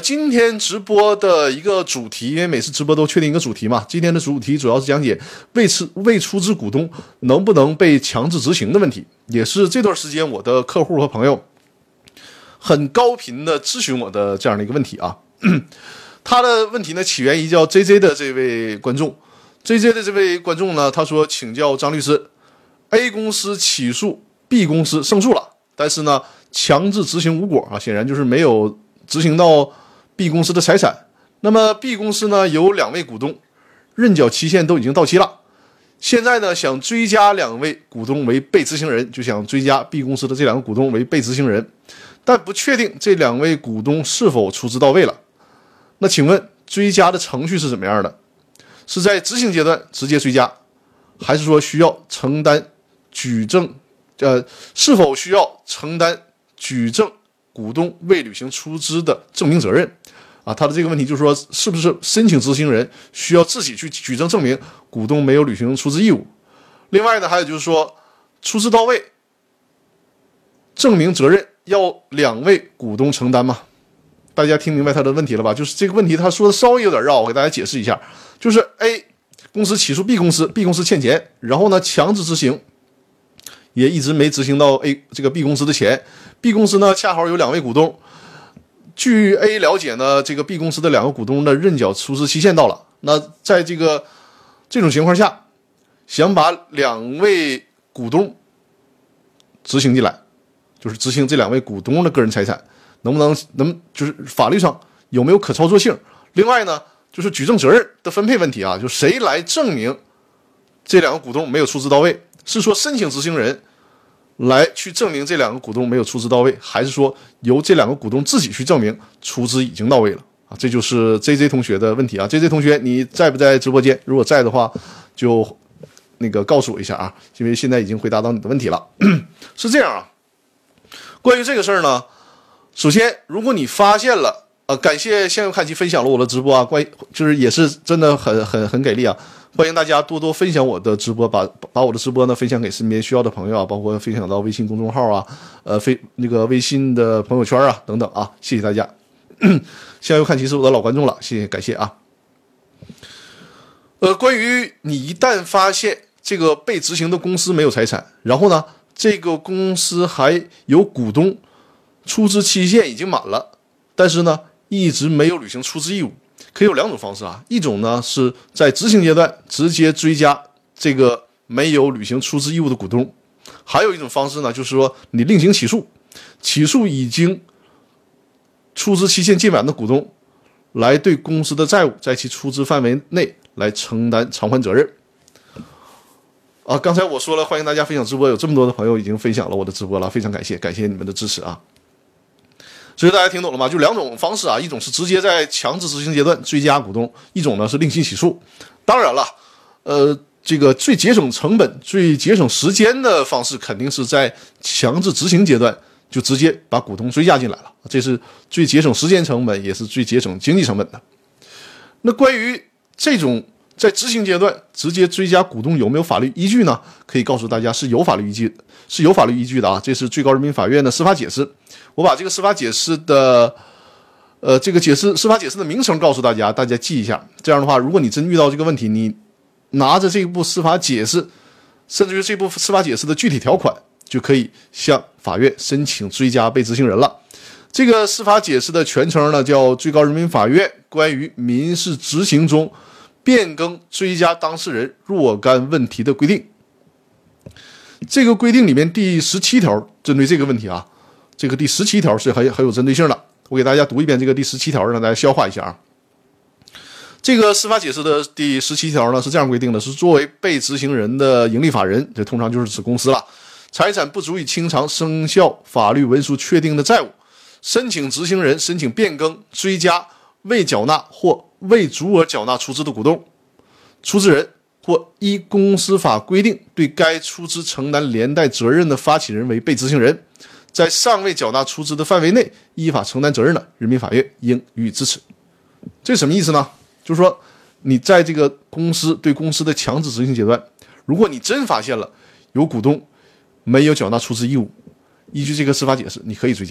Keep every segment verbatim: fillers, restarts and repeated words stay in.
今天直播的一个主题，因为每次直播都确定一个主题嘛，今天的主题主要是讲解未出未出资股东能不能被强制执行的问题，也是这段时间我的客户和朋友很高频的咨询我的这样的一个问题啊。他的问题呢起源于叫 J J 的这位观众 ，J J 的这位观众呢，他说请教张律师 ，A 公司起诉 B 公司胜诉了，但是呢强制执行无果啊，显然就是没有执行到 B 公司的财产。那么 B 公司呢有两位股东，认缴期限都已经到期了，现在呢想追加两位股东为被执行人，就想追加 B 公司的这两个股东为被执行人，但不确定这两位股东是否出资到位了。那请问追加的程序是怎么样的？是在执行阶段直接追加，还是说需要承担举证呃，是否需要承担举证股东未履行出资的证明责任啊？他的这个问题就是说，是不是申请执行人需要自己去举证证明股东没有履行出资义务？另外呢，还有就是说，出资到位，证明责任要两位股东承担吗？大家听明白他的问题了吧？就是这个问题他说的稍微有点绕，我给大家解释一下。就是 A 公司起诉 B 公司 ，B 公司欠钱，然后呢强制执行，也一直没执行到 A 这个 B 公司的钱。B 公司呢恰好有两位股东，据 A 了解呢，这个 B 公司的两个股东的认缴出资期限到了。那在这个这种情况下，想把两位股东执行进来，就是执行这两位股东的个人财产，能不能能就是法律上有没有可操作性？另外呢，就是举证责任的分配问题啊，就谁来证明这两个股东没有出资到位？是说申请执行人来去证明这两个股东没有出资到位，还是说由这两个股东自己去证明出资已经到位了啊？这就是 J J 同学的问题啊。J J 同学，你在不在直播间？如果在的话，就那个告诉我一下啊，因为现在已经回答到你的问题了。是这样啊，关于这个事儿呢，首先如果你发现了，呃，感谢向右看齐分享了我的直播啊，关就是也是真的很很很给力啊。欢迎大家多多分享我的直播，把把我的直播呢分享给身边需要的朋友啊，包括分享到微信公众号啊，呃，非那个微信的朋友圈啊等等啊，谢谢大家。向右看齐是我的老观众了，谢谢感谢啊。呃，关于你一旦发现这个被执行的公司没有财产，然后呢，这个公司还有股东出资期限已经满了，但是呢一直没有履行出资义务。可以有两种方式啊，一种呢是在执行阶段直接追加这个没有履行出资义务的股东，还有一种方式呢，就是说你另行起诉，起诉已经出资期限届满的股东，来对公司的债务在其出资范围内来承担偿还责任。啊，刚才我说了，欢迎大家分享直播，有这么多的朋友已经分享了我的直播了，非常感谢，感谢你们的支持啊。所以大家听懂了吗？就两种方式啊，一种是直接在强制执行阶段追加股东，一种呢是另行起诉。当然了，呃，这个最节省成本、最节省时间的方式，肯定是在强制执行阶段就直接把股东追加进来了，这是最节省时间成本，也是最节省经济成本的。那关于这种在执行阶段直接追加股东有没有法律依据呢？可以告诉大家是有法律依据，是有法律依据的啊！这是最高人民法院的司法解释。我把这个司法解释的，呃，这个解释司法解释的名称告诉大家，大家记一下。这样的话，如果你真遇到这个问题，你拿着这部司法解释，甚至于这部司法解释的具体条款，就可以向法院申请追加被执行人了。这个司法解释的全称呢，叫《最高人民法院关于民事执行中变更追加当事人若干问题的规定》。这个规定里面第十七条针对这个问题啊，这个第十七条是很很有针对性的。我给大家读一遍这个第十七条，让大家消化一下啊。这个司法解释的第十七条呢是这样规定的：是作为被执行人的营利法人，这通常就是指公司了，财产不足以清偿生效法律文书确定的债务，申请执行人申请变更、追加未缴纳或未足额缴纳出资的股东，出资人或依公司法规定对该出资承担连带责任的发起人为被执行人，在尚未缴纳出资的范围内依法承担责任的，人民法院应予以支持。这什么意思呢？就是说你在这个公司对公司的强制执行阶段，如果你真发现了有股东没有缴纳出资义务，依据这个司法解释你可以追加。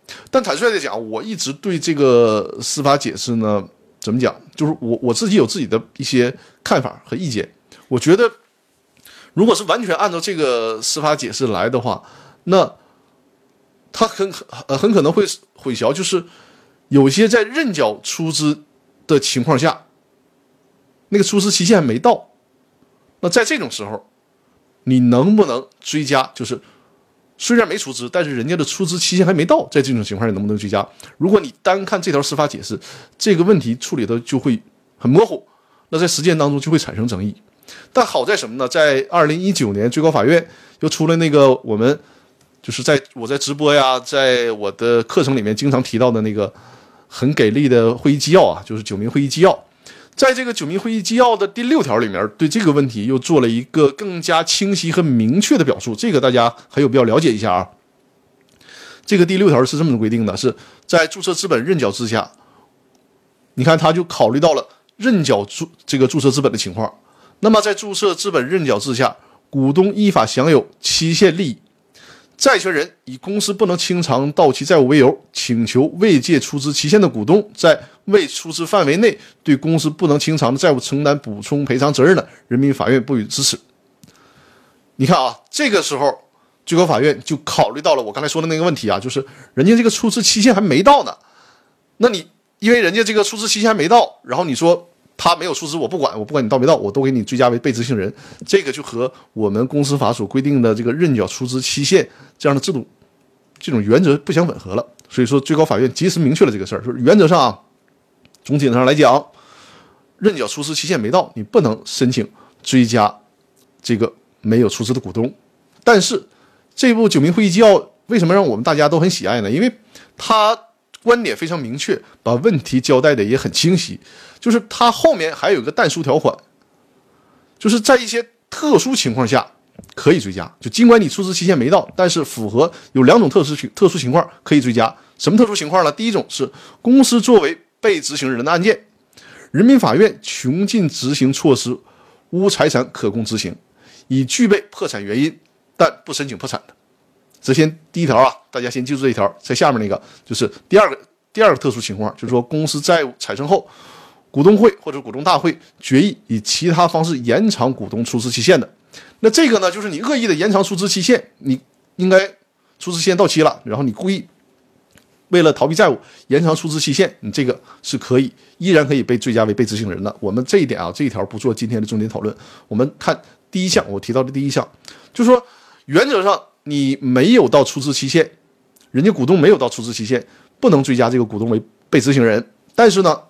但坦率的讲，我一直对这个司法解释呢，怎么讲，就是我我自己有自己的一些看法和意见。我觉得，如果是完全按照这个司法解释来的话，那它很呃很可能会混淆，就是有些在认缴出资的情况下，那个出资期限还没到，那在这种时候，你能不能追加？就是虽然没出资，但是人家的出资期限还没到，在这种情况下能不能追加？如果你单看这条司法解释，这个问题处理的就会很模糊，那在实践当中就会产生争议。但好在什么呢？在二零一九年，最高法院又出了那个我们就是在我在直播呀，在我的课程里面经常提到的那个很给力的会议纪要啊，就是九民会议纪要。在这个九民会议纪要的第六条里面，对这个问题又做了一个更加清晰和明确的表述，这个大家很有必要了解一下啊。这个第六条是这么规定的，是在注册资本认缴之下，你看他就考虑到了认缴注这个注册资本的情况。那么在注册资本认缴之下，股东依法享有期限利益，债权人以公司不能清偿到期债务为由，请求未届出资期限的股东在未出资范围内对公司不能清偿的债务承担补充赔偿责任的，人民法院不予支持。你看啊，这个时候最高法院就考虑到了我刚才说的那个问题啊，就是人家这个出资期限还没到呢，那你因为人家这个出资期限还没到，然后你说他没有出资我不管，我不管你到没到，我都给你追加为被执行人，这个就和我们公司法所规定的这个认缴出资期限这样的制度这种原则不相吻合了。所以说最高法院及时明确了这个事儿，就是原则上啊，总体上来讲，认缴出资期限没到，你不能申请追加这个没有出资的股东。但是这部九民会议纪要为什么让我们大家都很喜爱呢？因为它观点非常明确，把问题交代的也很清晰，就是它后面还有一个但书条款，就是在一些特殊情况下可以追加，就尽管你出资期限没到，但是符合有两种特殊特殊情况可以追加。什么特殊情况呢？第一种是公司作为被执行人的案件，人民法院穷尽执行措施，无财产可供执行，已具备破产原因，但不申请破产的。这先第一条啊，大家先记住这一条。在下面那个就是第二个第二个特殊情况，就是说公司债务产生后，股东会或者股东大会决议以其他方式延长股东出资期限的。那这个呢，就是你恶意的延长出资期限，你应该出资期限到期了，然后你故意为了逃避债务延长出资期限，你这个是可以依然可以被追加为被执行人的。我们这一点啊，这一条不做今天的重点讨论。我们看第一项，我提到的第一项，就是说原则上你没有到出资期限，人家股东没有到出资期限，不能追加这个股东为被执行人。但是呢，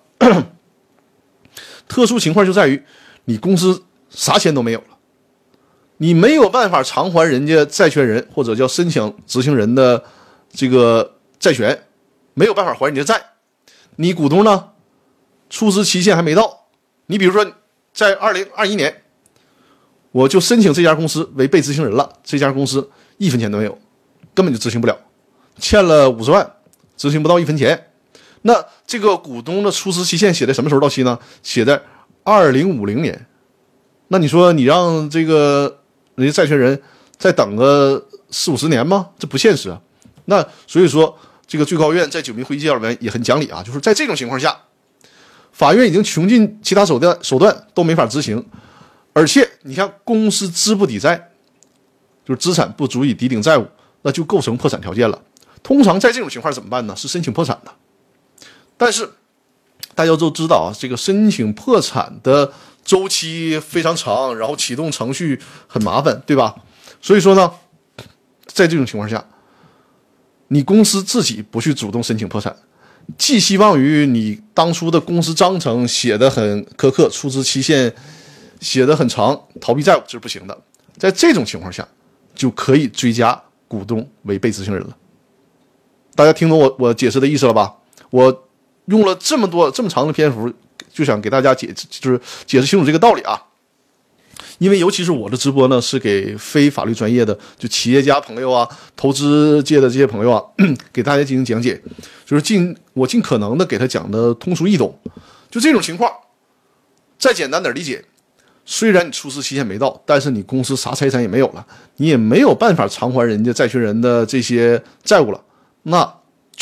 特殊情况就在于你公司啥钱都没有了，你没有办法偿还人家债权人或者叫申请执行人的这个债权，没有办法还人家债。你股东呢，出资期限还没到，你比如说在二零二一年，我就申请这家公司为被执行人了，这家公司一分钱都没有，根本就执行不了，欠了五十万，执行不到一分钱。那这个股东的出资期限写在什么时候到期呢？写在二零五零年。那你说你让这个人家债权人再等个四五十年吗？这不现实啊。那所以说，这个最高院在九民会议纪要里面也很讲理啊，就是在这种情况下，法院已经穷尽其他手段手段都没法执行，而且你看公司资不抵债，就是资产不足以抵顶债务，那就构成破产条件了。通常在这种情况怎么办呢？是申请破产的。但是大家都知道啊，这个申请破产的周期非常长，然后启动程序很麻烦，对吧？所以说呢，在这种情况下，你公司自己不去主动申请破产，寄希望于你当初的公司章程写得很苛刻，出资期限写得很长，逃避债务，这是不行的。在这种情况下，就可以追加股东为被执行人了。大家听懂我我解释的意思了吧？我用了这么多这么长的篇幅，就想给大家解就是解释清楚这个道理啊。因为尤其是我的直播呢，是给非法律专业的就企业家朋友啊、投资界的这些朋友啊，给大家进行讲解，就是尽我尽可能的给他讲的通俗易懂。就这种情况，再简单点理解，虽然你出资期限没到，但是你公司啥财产也没有了，你也没有办法偿还人家债权人的这些债务了，那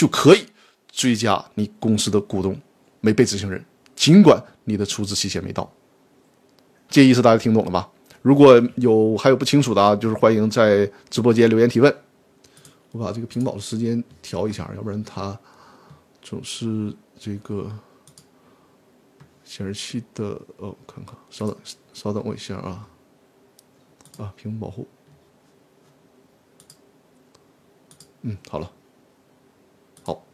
就可以追加你公司的股东为被执行人，尽管你的出资期限没到。这意思大家听懂了吧？如果有还有不清楚的啊，就是欢迎在直播间留言提问。我把这个屏保的时间调一下，要不然它总是这个显示器的哦，看看，稍等，稍等我一下啊啊，屏幕保护，嗯，好了，好，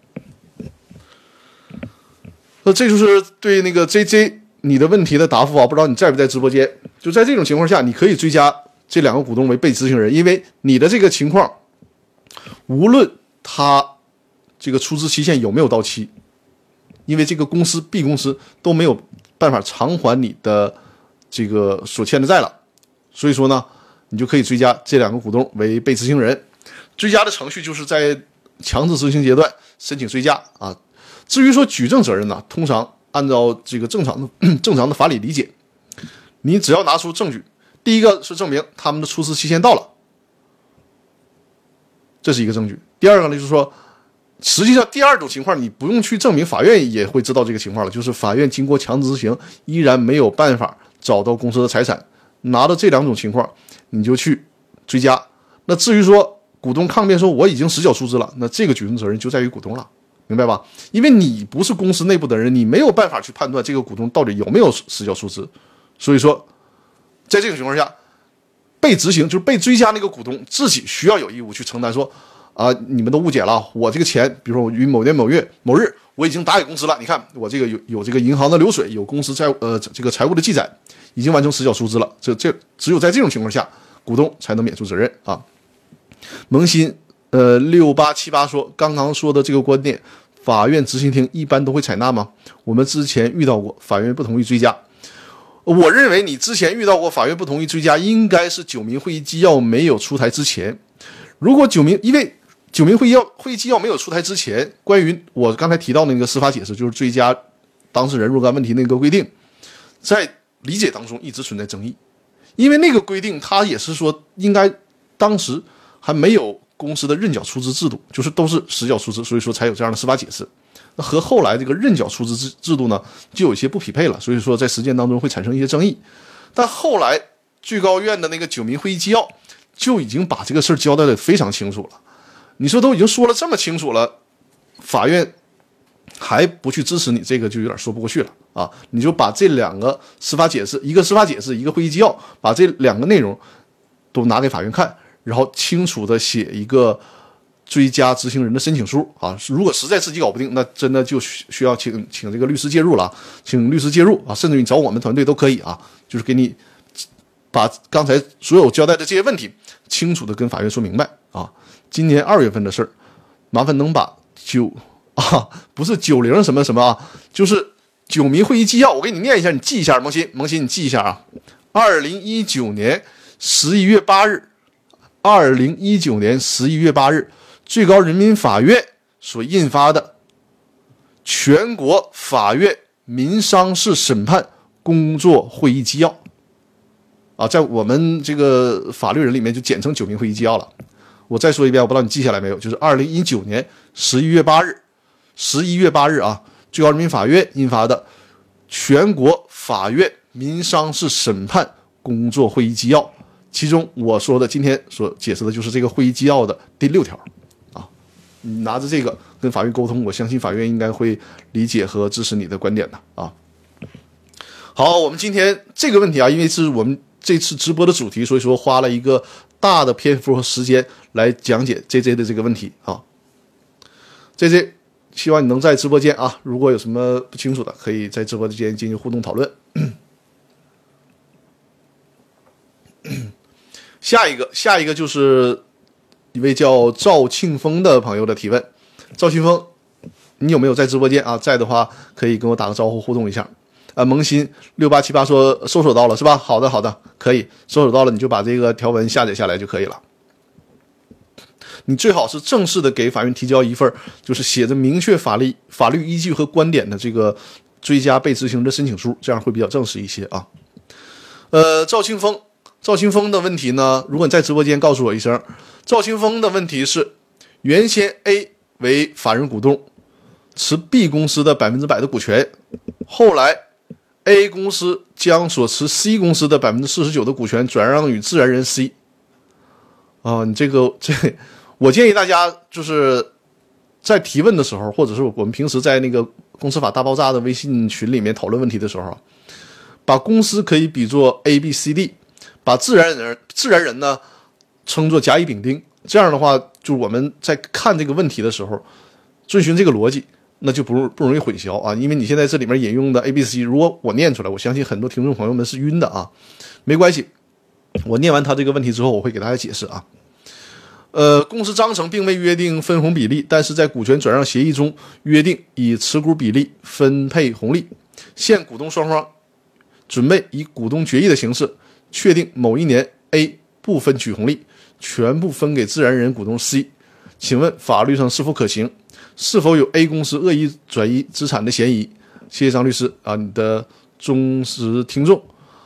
那这就是对那个 J J 你的问题的答复啊，不知道你在不在直播间？就在这种情况下，你可以追加这两个股东为被执行人，因为你的这个情况，无论他这个出资期限有没有到期，因为这个公司 B 公司都没有办法偿还你的这个所欠的债了，所以说呢，你就可以追加这两个股东为被执行人。追加的程序就是在强制执行阶段申请追加啊。至于说举证责任呢，通常按照这个正常的正常的法理理解，你只要拿出证据，第一个是证明他们的出资期限到了，这是一个证据。第二个呢，就是说，实际上第二种情况你不用去证明，法院也会知道这个情况了，就是法院经过强制执行依然没有办法找到公司的财产，拿到这两种情况你就去追加。那至于说股东抗辩说我已经实缴出资了，那这个举证责任就在于股东了，明白吧？因为你不是公司内部的人，你没有办法去判断这个股东到底有没有实缴出资，所以说在这种情况下，被执行就是被追加那个股东自己需要有义务去承担说啊，你们都误解了，我这个钱，比如说我于某年某月某日我已经打给公司了，你看我这个有有这个银行的流水，有公司债呃这个财务的记载，已经完成实缴出资了，这这只有在这种情况下，股东才能免除责任啊。萌新呃六八七八说，刚刚说的这个观点，法院执行庭一般都会采纳吗？我们之前遇到过，法院不同意追加。我认为你之前遇到过法院不同意追加，应该是九民会议纪要没有出台之前。如果九民因为九民会议要会议纪要没有出台之前，关于我刚才提到的那个司法解释，就是追加当事人若干问题那个规定，在理解当中一直存在争议，因为那个规定它也是说应该当时还没有公司的认缴出资制度，就是都是实缴出资，所以说才有这样的司法解释。那和后来这个认缴出资制制度呢，就有一些不匹配了，所以说在实践当中会产生一些争议。但后来最高院的那个九民会议纪要就已经把这个事儿交代的非常清楚了。你说都已经说了这么清楚了，法院还不去支持你，这个就有点说不过去了啊！你就把这两个司法解释，一个司法解释，一个会议纪要，把这两个内容都拿给法院看，然后清楚的写一个追加执行人的申请书啊！如果实在自己搞不定，那真的就需要请请这个律师介入了，请律师介入啊，甚至你找我们团队都可以啊，就是给你把刚才所有交代的这些问题清楚的跟法院说明白啊。今年二月份的事儿，麻烦能把九啊不是九零什么什么啊，就是九民会议纪要，我给你念一下，你记一下，萌新萌新你记一下啊。二零一九年十一月八日，二零一九年十一月八日，最高人民法院所印发的全国法院民商事审判工作会议纪要啊，在我们这个法律人里面就简称九民会议纪要了。我再说一遍，我不知道你记下来没有，就是二零一九年十一月八日，十一月八日啊，最高人民法院印发的全国法院民商事审判工作会议纪要，其中我说的今天所解释的就是这个会议纪要的第六条啊。你拿着这个跟法院沟通，我相信法院应该会理解和支持你的观点的啊。好，我们今天这个问题啊，因为是我们这次直播的主题，所以说花了一个大的篇幅和时间来讲解 J J 的这个问题啊。J J， 希望你能在直播间啊，如果有什么不清楚的，可以在直播间进行互动讨论。下一个，下一个就是一位叫赵庆峰的朋友的提问。赵庆峰，你有没有在直播间啊？在的话，可以跟我打个招呼，互动一下。啊，萌新六八七八说搜索到了是吧？好的好的，可以搜索到了，你就把这个条文下载下来就可以了。你最好是正式的给法院提交一份就是写着明确法律法律依据和观点的这个追加被执行的申请书，这样会比较正式一些啊。呃，赵清峰，赵清峰的问题呢，如果你在直播间告诉我一声。赵清峰的问题是，原先 A 为法人股东，持 B 公司的百分之百的股权。后来 A 公司将所持 C 公司的百分之四十九的股权转让与自然人 C。啊，你这个这，我建议大家就是在提问的时候，或者是我们平时在那个公司法大爆炸的微信群里面讨论问题的时候，把公司可以比作 A、B、C、D， 把自然人自然人呢称作甲乙丙丁。这样的话，就是我们在看这个问题的时候，遵循这个逻辑，那就不不容易混淆啊。因为你现在这里面引用的 A、B、C， 如果我念出来，我相信很多听众朋友们是晕的啊。没关系，我念完他这个问题之后，我会给大家解释啊。呃，公司章程并未约定分红比例，但是在股权转让协议中约定以持股比例分配红利。现股东双方准备以股东决议的形式确定某一年 A 不分取红利，全部分给自然人股东 C。请问法律上是否可行？是否有 A 公司恶意转移资产的嫌疑？谢谢张律师啊，你的忠实听众。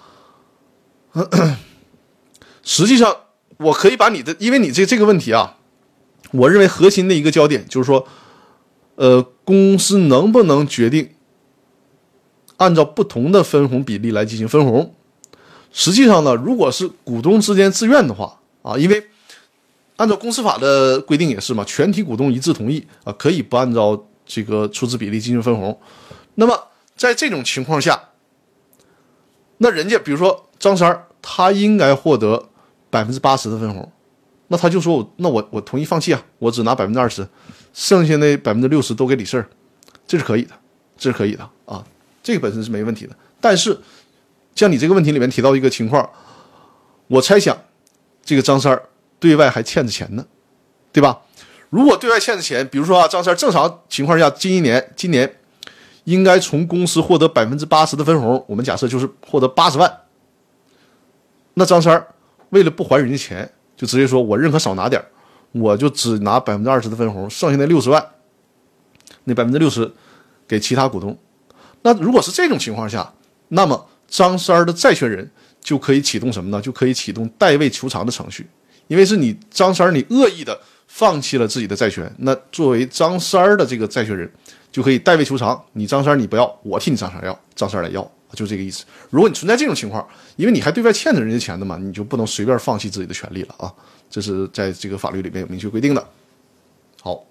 实际上，我可以把你的，因为你这这个问题啊，我认为核心的一个焦点就是说，呃，公司能不能决定按照不同的分红比例来进行分红？实际上呢，如果是股东之间自愿的话啊，因为按照公司法的规定也是嘛，全体股东一致同意啊，可以不按照这个出资比例进行分红。那么在这种情况下，那人家比如说张三他应该获得百分之八十的分红，那他就说我那我我同意放弃啊，我只拿百分之二十，剩下那百分之六十都给李四，这是可以的，这是可以的啊，这个本身是没问题的。但是像你这个问题里面提到一个情况，我猜想这个张三对外还欠着钱呢，对吧？如果对外欠着钱，比如说啊，张三正常情况下今一年今年应该从公司获得百分之八十的分红，我们假设就是获得八十万，那张三为了不还人家钱，就直接说我认可少拿点，我就只拿百分之二十的分红，剩下那六十万，那百分之六十给其他股东。那如果是这种情况下，那么张三的债权人就可以启动什么呢？就可以启动代位求偿的程序，因为是你张三你恶意的放弃了自己的债权，那作为张三的这个债权人就可以代位求偿，你张三你不要，我替你张三要，张三来要，就这个意思。如果你存在这种情况，因为你还对外欠着人家钱的嘛，你就不能随便放弃自己的权利了啊，这是在这个法律里面有明确规定的。好，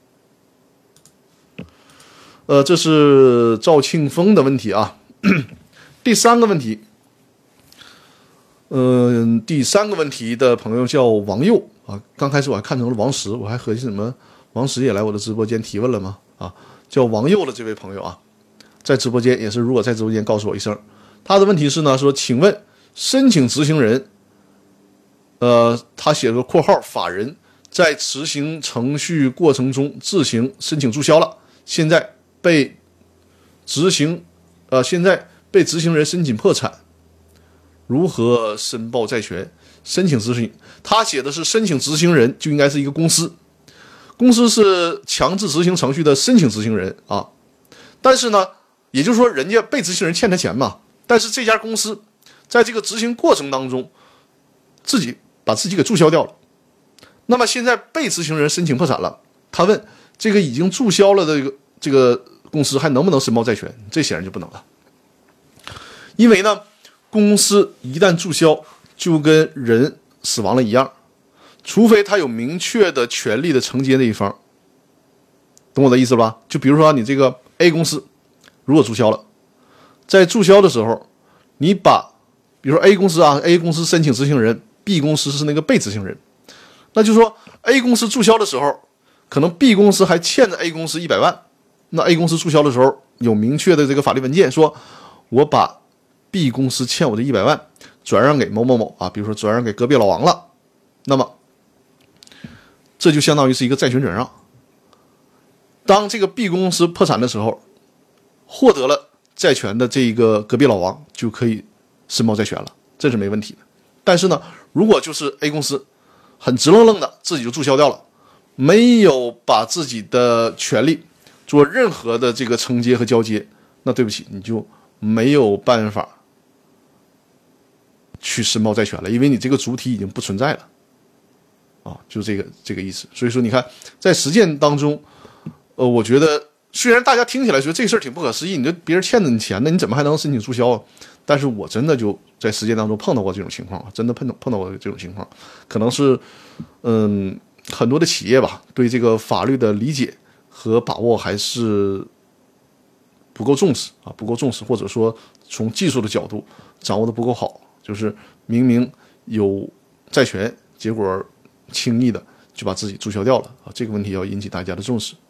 呃，这是赵庆峰的问题啊。第三个问题，嗯、呃，第三个问题的朋友叫王佑啊，刚开始我还看成了王石，我还合计什么王石也来我的直播间提问了吗？啊，叫王佑的这位朋友啊，在直播间也是，如果在直播间告诉我一声。他的问题是呢，说请问申请执行人，呃，他写个括号法人在执行程序过程中自行申请注销了，现在被执行，呃，现在被执行人申请破产，如何申报债权？申请执行，他写的是申请执行人就应该是一个公司，公司是强制执行程序的申请执行人啊，但是呢，也就是说人家被执行人欠他钱嘛。但是这家公司在这个执行过程当中，自己把自己给注销掉了。那么现在被执行人申请破产了，他问这个已经注销了的这个这个公司还能不能申报债权？这显然就不能了，因为呢，公司一旦注销，就跟人死亡了一样，除非他有明确的权利的承接那一方，懂我的意思吧？就比如说你这个 A 公司如果注销了。在注销的时候，你把，比如说 A 公司啊 ，A 公司申请执行人 ，B 公司是那个被执行人，那就是说 A 公司注销的时候，可能 B 公司还欠着 A 公司一百万，那 A 公司注销的时候有明确的这个法律文件说，我把 B 公司欠我的一百万转让给某某某啊，比如说转让给隔壁老王了，那么这就相当于是一个债权转让。当这个 B 公司破产的时候，获得了债权的这一个隔壁老王就可以申报债权了，这是没问题的。但是呢，如果就是 A 公司很直愣愣的自己就注销掉了，没有把自己的权利做任何的这个承接和交接，那对不起，你就没有办法去申报债权了，因为你这个主体已经不存在了啊，就这个这个意思。所以说你看在实践当中， 呃，我觉得虽然大家听起来觉得这事儿挺不可思议，你这别人欠着你钱呢，你怎么还能申请注销啊？但是我真的就在实践当中碰到过这种情况，真的碰到碰到过这种情况，可能是嗯很多的企业吧，对这个法律的理解和把握还是不够重视啊，不够重视，或者说从技术的角度掌握的不够好，就是明明有债权，结果轻易的就把自己注销掉了啊，这个问题要引起大家的重视。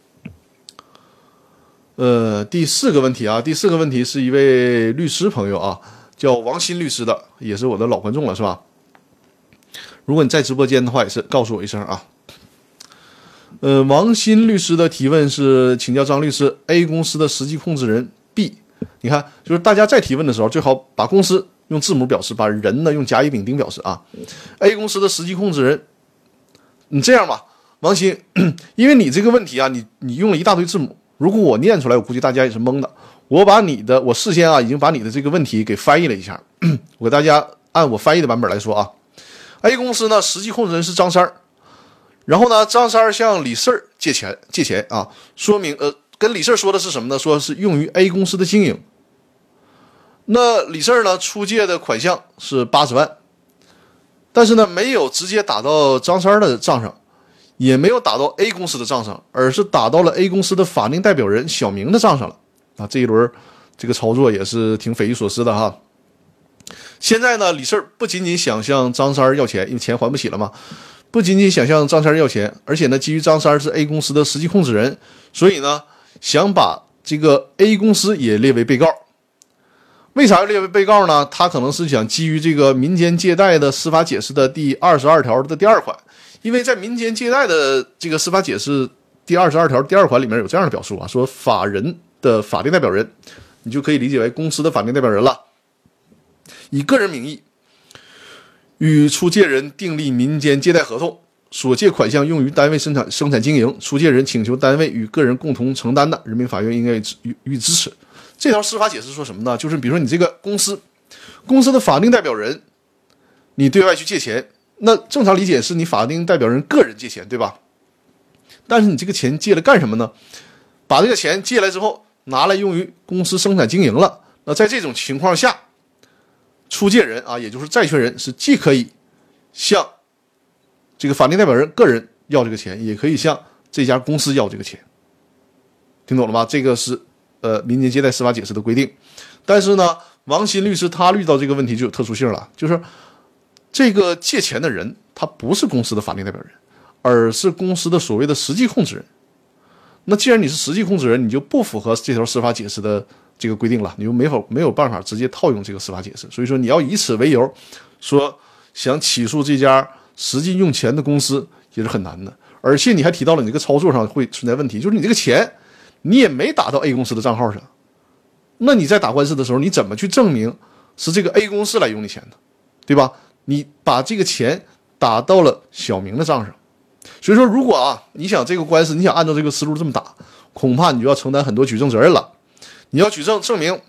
呃，第四个问题啊，第四个问题是一位律师朋友啊，叫王鑫律师的，也是我的老观众了，是吧？如果你在直播间的话，也是告诉我一声啊。呃，王鑫律师的提问是，请教张律师 ，A 公司的实际控制人 B， 你看，就是大家在提问的时候，最好把公司用字母表示，把人呢用甲乙丙丁表示啊。A 公司的实际控制人，你这样吧，王鑫，因为你这个问题啊，你你用了一大堆字母。如果我念出来，我估计大家也是懵的。我把你的，我事先啊已经把你的这个问题给翻译了一下，我给大家按我翻译的版本来说啊。A 公司呢，实际控制人是张三儿，然后呢，张三儿向李四儿借钱，借钱啊，说明呃，跟李四儿说的是什么呢？说是用于 A 公司的经营。那李四儿呢，出借的款项是八十万，但是呢，没有直接打到张三儿的账上。也没有打到 A 公司的账上，而是打到了 A 公司的法定代表人小明的账上了啊！这一轮这个操作也是挺匪夷所思的哈。现在呢，李四不仅仅想向张三要钱，因为钱还不起了嘛，不仅仅想向张三要钱，而且呢，基于张三是 A 公司的实际控制人，所以呢，想把这个 A 公司也列为被告。为啥要列为被告呢？他可能是想基于这个民间借贷的司法解释的第二十二条的第二款。因为在民间借贷的这个司法解释第二十二条第二款里面有这样的表述啊，说法人的法定代表人，你就可以理解为公司的法定代表人了，以个人名义与出借人订立民间借贷合同，所借款项用于单位生产生产经营，出借人请求单位与个人共同承担的，人民法院应该予以支持。这条司法解释说什么呢？就是比如说你这个公司，公司的法定代表人，你对外去借钱。那正常理解是你法定代表人个人借钱，对吧？但是你这个钱借了干什么呢？把这个钱借来之后拿来用于公司生产经营了。那在这种情况下，出借人啊，也就是债权人是既可以向这个法定代表人个人要这个钱，也可以向这家公司要这个钱。听懂了吗？这个是呃民间借贷司法解释的规定。但是呢，王鑫律师他遇到这个问题就有特殊性了，就是这个借钱的人他不是公司的法定代表人，而是公司的所谓的实际控制人。那既然你是实际控制人，你就不符合这条司法解释的这个规定了，你就没法没有办法直接套用这个司法解释。所以说你要以此为由说想起诉这家实际用钱的公司也是很难的。而且你还提到了你这个操作上会存在问题，就是你这个钱你也没打到 A 公司的账号上，那你在打官司的时候你怎么去证明是这个 A 公司来用你钱的，对吧？你把这个钱打到了小明的账上，所以说如果啊你想这个官司你想按照这个思路这么打，恐怕你就要承担很多举证责任了。你要举证证明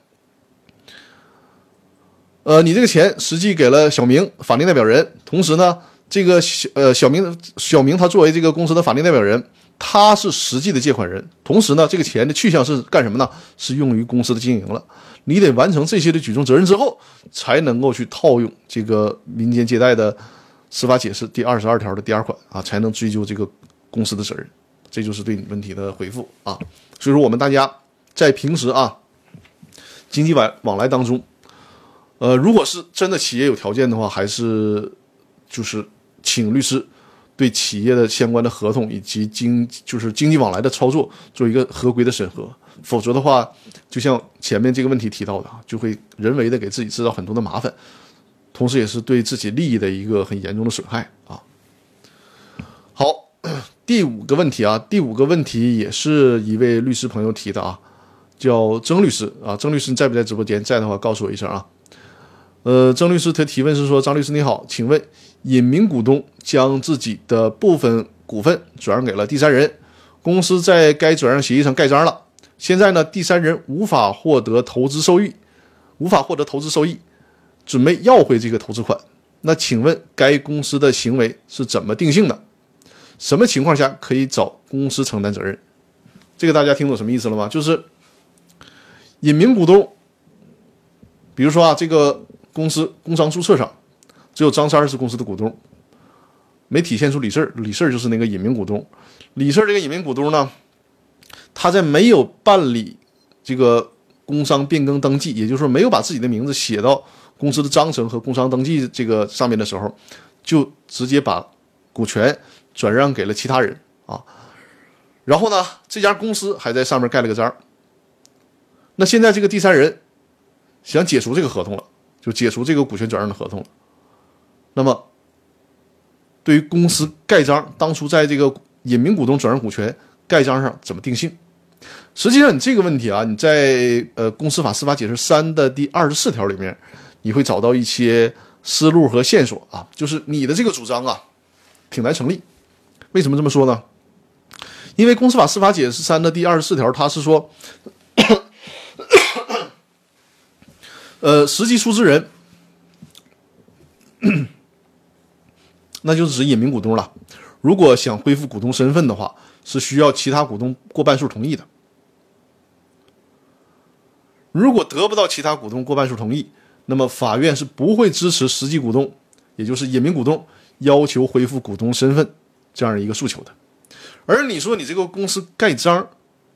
呃你这个钱实际给了小明法定代表人，同时呢这个呃小明小明他作为这个公司的法定代表人，他是实际的借款人，同时呢这个钱的去向是干什么呢？是用于公司的经营了。你得完成这些的举证责任之后，才能够去套用这个民间借贷的司法解释第二十二条的第二款啊，才能追究这个公司的责任。这就是对你问题的回复啊。所以说我们大家在平时啊经济往往来当中，呃，如果是真的企业有条件的话，还是就是请律师对企业的相关的合同以及经就是经济往来的操作做一个合规的审核，否则的话，就像前面这个问题提到的，就会人为的给自己制造很多的麻烦，同时也是对自己利益的一个很严重的损害啊。好，第五个问题啊，第五个问题也是一位律师朋友提的啊，叫曾律师啊，曾律师你在不在直播间？在的话告诉我一声啊。呃，曾律师他提问是说，张律师你好，请问隐名股东将自己的部分股份转让给了第三人，公司在该转让协议上盖章了，现在呢第三人无法获得投资收益，无法获得投资收益，准备要回这个投资款，那请问该公司的行为是怎么定性的？什么情况下可以找公司承担责任？ 这个大家听懂什么意思了吗？就是隐名股东，比如说啊，这个公司工商注册上只有张三是公司的股东，没体现出李四，李四就是那个隐名股东。李四这个隐名股东呢，他在没有办理这个工商变更登记，也就是说没有把自己的名字写到公司的章程和工商登记这个上面的时候，就直接把股权转让给了其他人啊。然后呢，这家公司还在上面盖了个章。那现在这个第三人想解除这个合同了，就解除这个股权转让的合同了。那么对于公司盖章，当初在这个隐名股东转让股权盖章上怎么定性？实际上你这个问题啊，你在呃公司法司法解释三的第二十四条里面，你会找到一些思路和线索啊，就是你的这个主张啊挺难成立。为什么这么说呢？因为公司法司法解释三的第二十四条，它是说呃实际出资人那就指隐名股东了，如果想恢复股东身份的话，是需要其他股东过半数同意的。如果得不到其他股东过半数同意，那么法院是不会支持实际股东，也就是隐名股东要求恢复股东身份这样一个诉求的。而你说你这个公司盖章，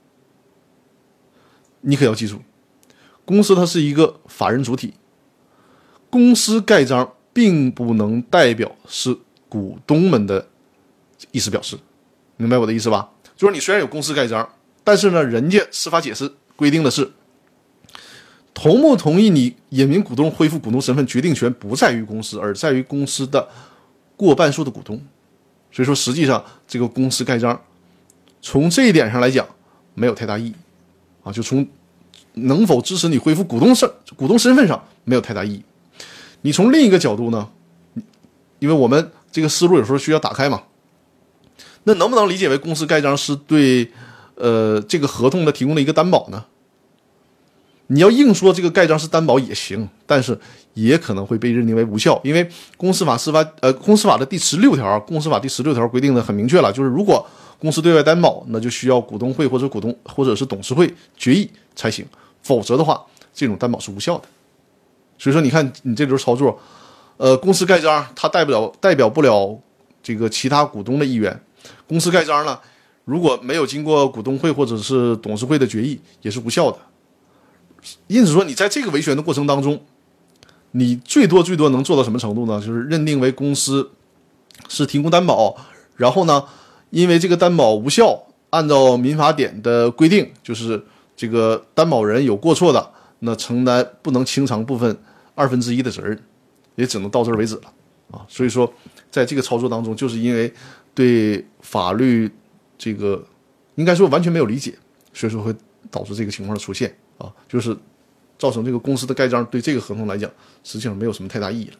你可要记住，公司它是一个法人主体，公司盖章并不能代表是股东们的意思表示，明白我的意思吧？就是你虽然有公司盖章，但是呢，人家司法解释规定的是，同不同意你隐名股东恢复股东身份，决定权不在于公司，而在于公司的过半数的股东。所以说，实际上这个公司盖章，从这一点上来讲，没有太大意义啊。就从能否支持你恢复股东身股东身份上，没有太大意义。你从另一个角度呢，因为我们这个思路有时候需要打开嘛，那能不能理解为公司盖章是对呃这个合同的提供的一个担保呢？你要硬说这个盖章是担保也行，但是也可能会被认定为无效，因为公司法司法呃公司法的第十六条，公司法第十六条规定的很明确了，就是如果公司对外担保，那就需要股东会或者股东或者是董事会决议才行，否则的话，这种担保是无效的。所以说，你看你这轮操作，呃，公司盖章它代表代表不了这个其他股东的意愿，公司盖章呢，如果没有经过股东会或者是董事会的决议，也是无效的。因此说，你在这个维权的过程当中，你最多最多能做到什么程度呢？就是认定为公司是提供担保，然后呢，因为这个担保无效，按照民法典的规定，就是这个担保人有过错的，那承担不能清偿部分二分之一的责任，也只能到这儿为止了啊。所以说，在这个操作当中，就是因为对法律这个应该说完全没有理解，所以说会导致这个情况的出现啊，就是造成这个公司的盖章对这个合同来讲，实际上没有什么太大意义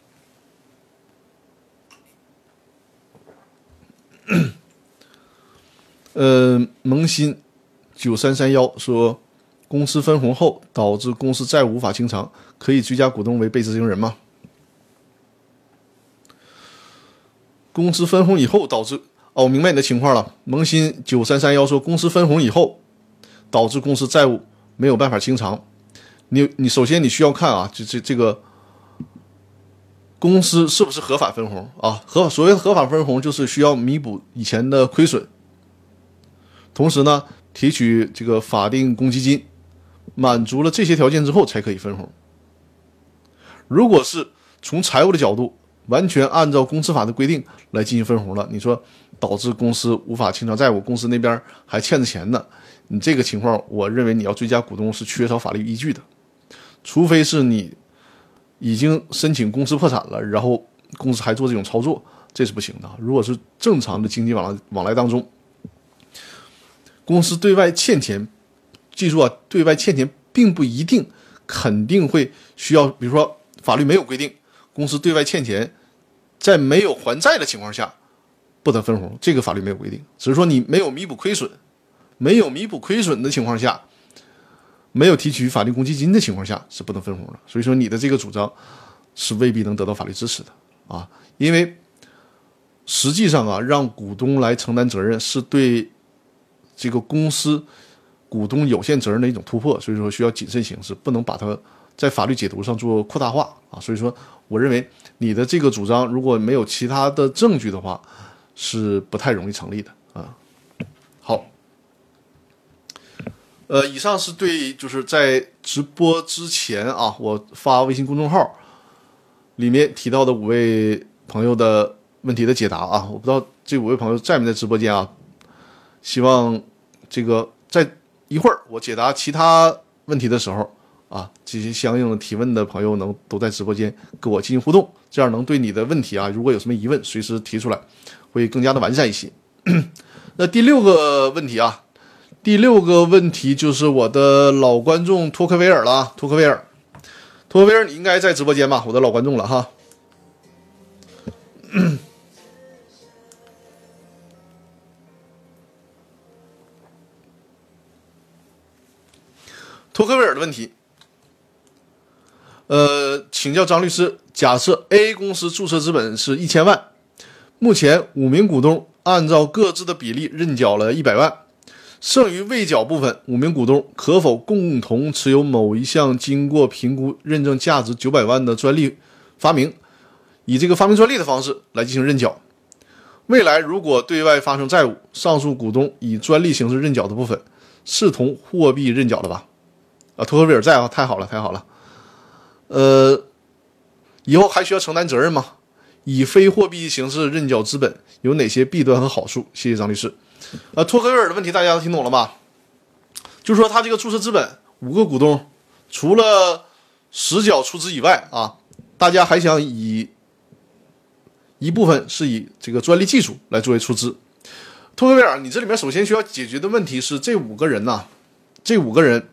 了。呃，萌新九三三幺说，公司分红后导致公司债务无法清偿，可以追加股东为被执行人吗？公司分红以后导致哦，我明白你的情况了。萌新九三三幺说，公司分红以后导致公司债务没有办法清偿。你你首先你需要看啊，这这这个公司是不是合法分红啊？合所谓的合法分红就是需要弥补以前的亏损，同时呢提取这个法定公积金，满足了这些条件之后才可以分红。如果是从财务的角度，完全按照公司法的规定来进行分红了，你说导致公司无法清偿债务，公司那边还欠着钱呢，你这个情况，我认为你要追加股东是缺少法律依据的，除非是你已经申请公司破产了，然后公司还做这种操作，这是不行的。如果是正常的经济往来往来当中，公司对外欠钱，记住啊，对外欠钱并不一定肯定会需要，比如说法律没有规定，公司对外欠钱，在没有还债的情况下不得分红，这个法律没有规定，只是说你没有弥补亏损，没有弥补亏损的情况下，没有提取法定公积金的情况下是不能分红的。所以说你的这个主张是未必能得到法律支持的啊，因为实际上啊，让股东来承担责任是对这个公司股东有限责任的一种突破，所以说需要谨慎行事，不能把它在法律解读上做扩大化啊。所以说，我认为你的这个主张如果没有其他的证据的话，是不太容易成立的啊。好，呃，以上是对就是在直播之前啊，我发微信公众号里面提到的五位朋友的问题的解答啊。我不知道这五位朋友在没在直播间啊？希望这个在一会儿我解答其他问题的时候啊，这些相应的提问的朋友能都在直播间跟我进行互动，这样能对你的问题啊，如果有什么疑问，随时提出来，会更加的完善一些。那第六个问题啊，第六个问题就是我的老观众托克维尔了，托克维尔，托克维尔，你应该在直播间吧？我的老观众了哈。托克维尔的问题，呃，请教张律师，假设 A 公司注册资本是一千万，目前五名股东按照各自的比例认缴了一百万，剩余未缴部分，五名股东可否共同持有某一项经过评估认证价值九百万的专利发明，以这个发明专利的方式来进行认缴？未来如果对外发生债务，上述股东以专利形式认缴的部分，视同货币认缴了吧？啊，托克维尔在啊，太好了，太好了。呃，以后还需要承担责任吗？以非货币形式认缴资本有哪些弊端和好处？谢谢张律师。呃，托克维尔的问题大家都听懂了吧？就是说他这个注册资本五个股东，除了实缴出资以外啊，大家还想以一部分是以这个专利技术来作为出资。托克维尔，你这里面首先需要解决的问题是这五个人呐、啊，这五个人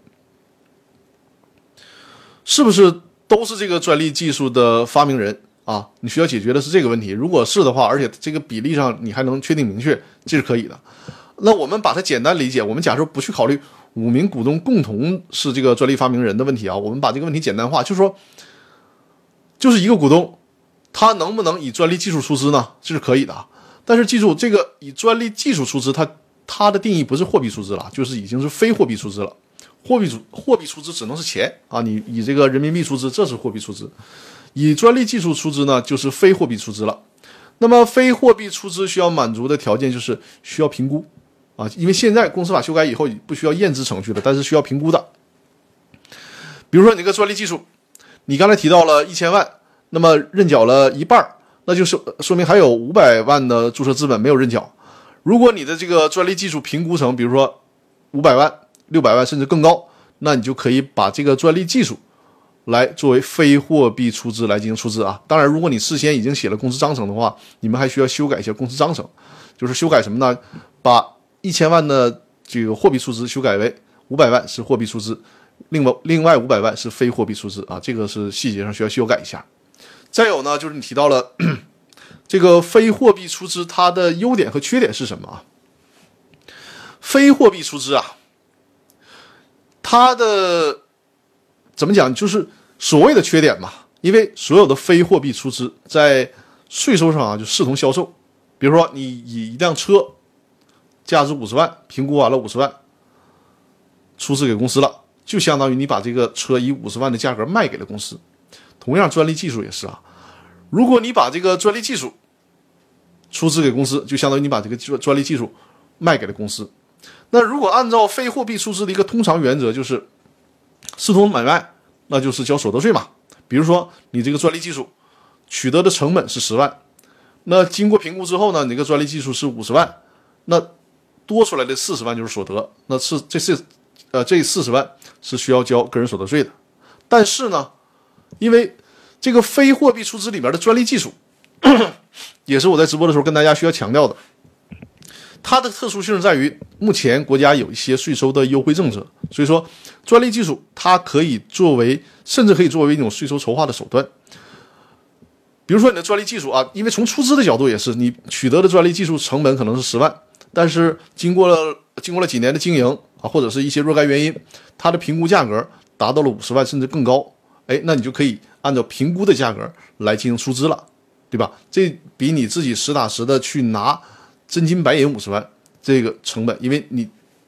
是不是都是这个专利技术的发明人啊？你需要解决的是这个问题。如果是的话，而且这个比例上你还能确定明确，这是可以的。那我们把它简单理解，我们假设不去考虑五名股东共同是这个专利发明人的问题啊，我们把这个问题简单化，就是说，就是一个股东，他能不能以专利技术出资呢？这是可以的。但是记住，这个以专利技术出资，它它的定义不是货币出资了，就是已经是非货币出资了。货币出货币出资只能是钱啊，你以这个人民币出资，这是货币出资；以专利技术出资呢，就是非货币出资了。那么非货币出资需要满足的条件就是需要评估啊，因为现在公司法修改以后不需要验资程序了，但是需要评估的。比如说你这个专利技术，你刚才提到了一千万，那么认缴了一半，那就是说明还有五百万的注册资本没有认缴。如果你的这个专利技术评估成，比如说五百万、六百万甚至更高，那你就可以把这个专利技术来作为非货币出资来进行出资啊。当然，如果你事先已经写了公司章程的话，你们还需要修改一下公司章程，就是修改什么呢？把一千万的这个货币出资修改为五百万是货币出资，另外另外五百万是非货币出资啊，这个是细节上需要修改一下。再有呢，就是你提到了这个非货币出资，它的优点和缺点是什么啊？非货币出资啊，它的怎么讲，就是所谓的缺点嘛，因为所有的非货币出资在税收上啊就视同销售。比如说你以一辆车价值五十万，评估完了五十万出资给公司了，就相当于你把这个车以五十万的价格卖给了公司。同样专利技术也是啊，如果你把这个专利技术出资给公司，就相当于你把这个专利技术卖给了公司。那如果按照非货币出资的一个通常原则，就是视同买卖，那就是交所得税嘛。比如说你这个专利技术取得的成本是十万，那经过评估之后呢，你这个专利技术是五十万，那多出来的四十万就是所得，那是这是呃这四十万是需要交个人所得税的。但是呢，因为这个非货币出资里面的专利技术也是我在直播的时候跟大家需要强调的，它的特殊性在于目前国家有一些税收的优惠政策，所以说专利技术它可以作为甚至可以作为一种税收筹划的手段。比如说你的专利技术啊，因为从出资的角度也是，你取得的专利技术成本可能是十万，但是经过了经过了几年的经营啊，或者是一些若干原因，它的评估价格达到了五十万甚至更高，哎，那你就可以按照评估的价格来进行出资了，对吧？这比你自己实打实的去拿真金白银五十万这个成本，因为你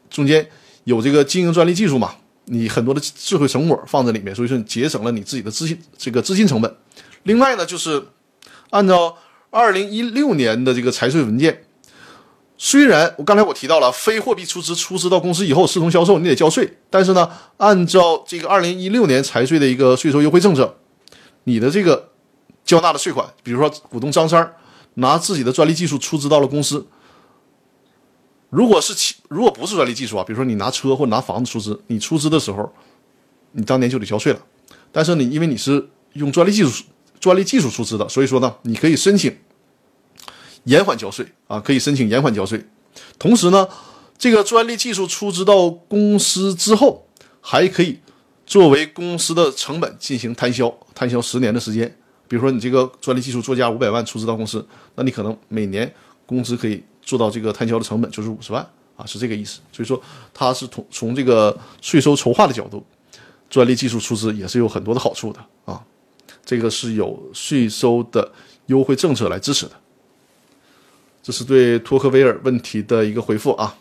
中间有这个经营专利技术嘛，你很多的智慧成果放在里面，所以说你节省了你自己的资金这个资金成本。另外呢，就是按照二零一六年的这个财税文件，虽然我刚才我提到了非货币出资出资到公司以后视同销售，你得交税，但是呢，按照这个二零一六年财税的一个税收优惠政策，你的这个交纳的税款，比如说股东张三拿自己的专利技术出资到了公司，如果是其如果不是专利技术啊，比如说你拿车或者拿房子出资，你出资的时候，你当年就得交税了。但是你因为你是用专利技术专利技术出资的，所以说呢，你可以申请延缓交税啊，可以申请延缓交税。同时呢，这个专利技术出资到公司之后，还可以作为公司的成本进行摊销，摊销十年的时间。比如说你这个专利技术作价五百万出资到公司，那你可能每年工资可以做到这个摊销的成本就是五十万啊，是这个意思。所以说它是从从这个税收筹划的角度，专利技术出资也是有很多的好处的啊，这个是有税收的优惠政策来支持的。这是对托克维尔问题的一个回复啊。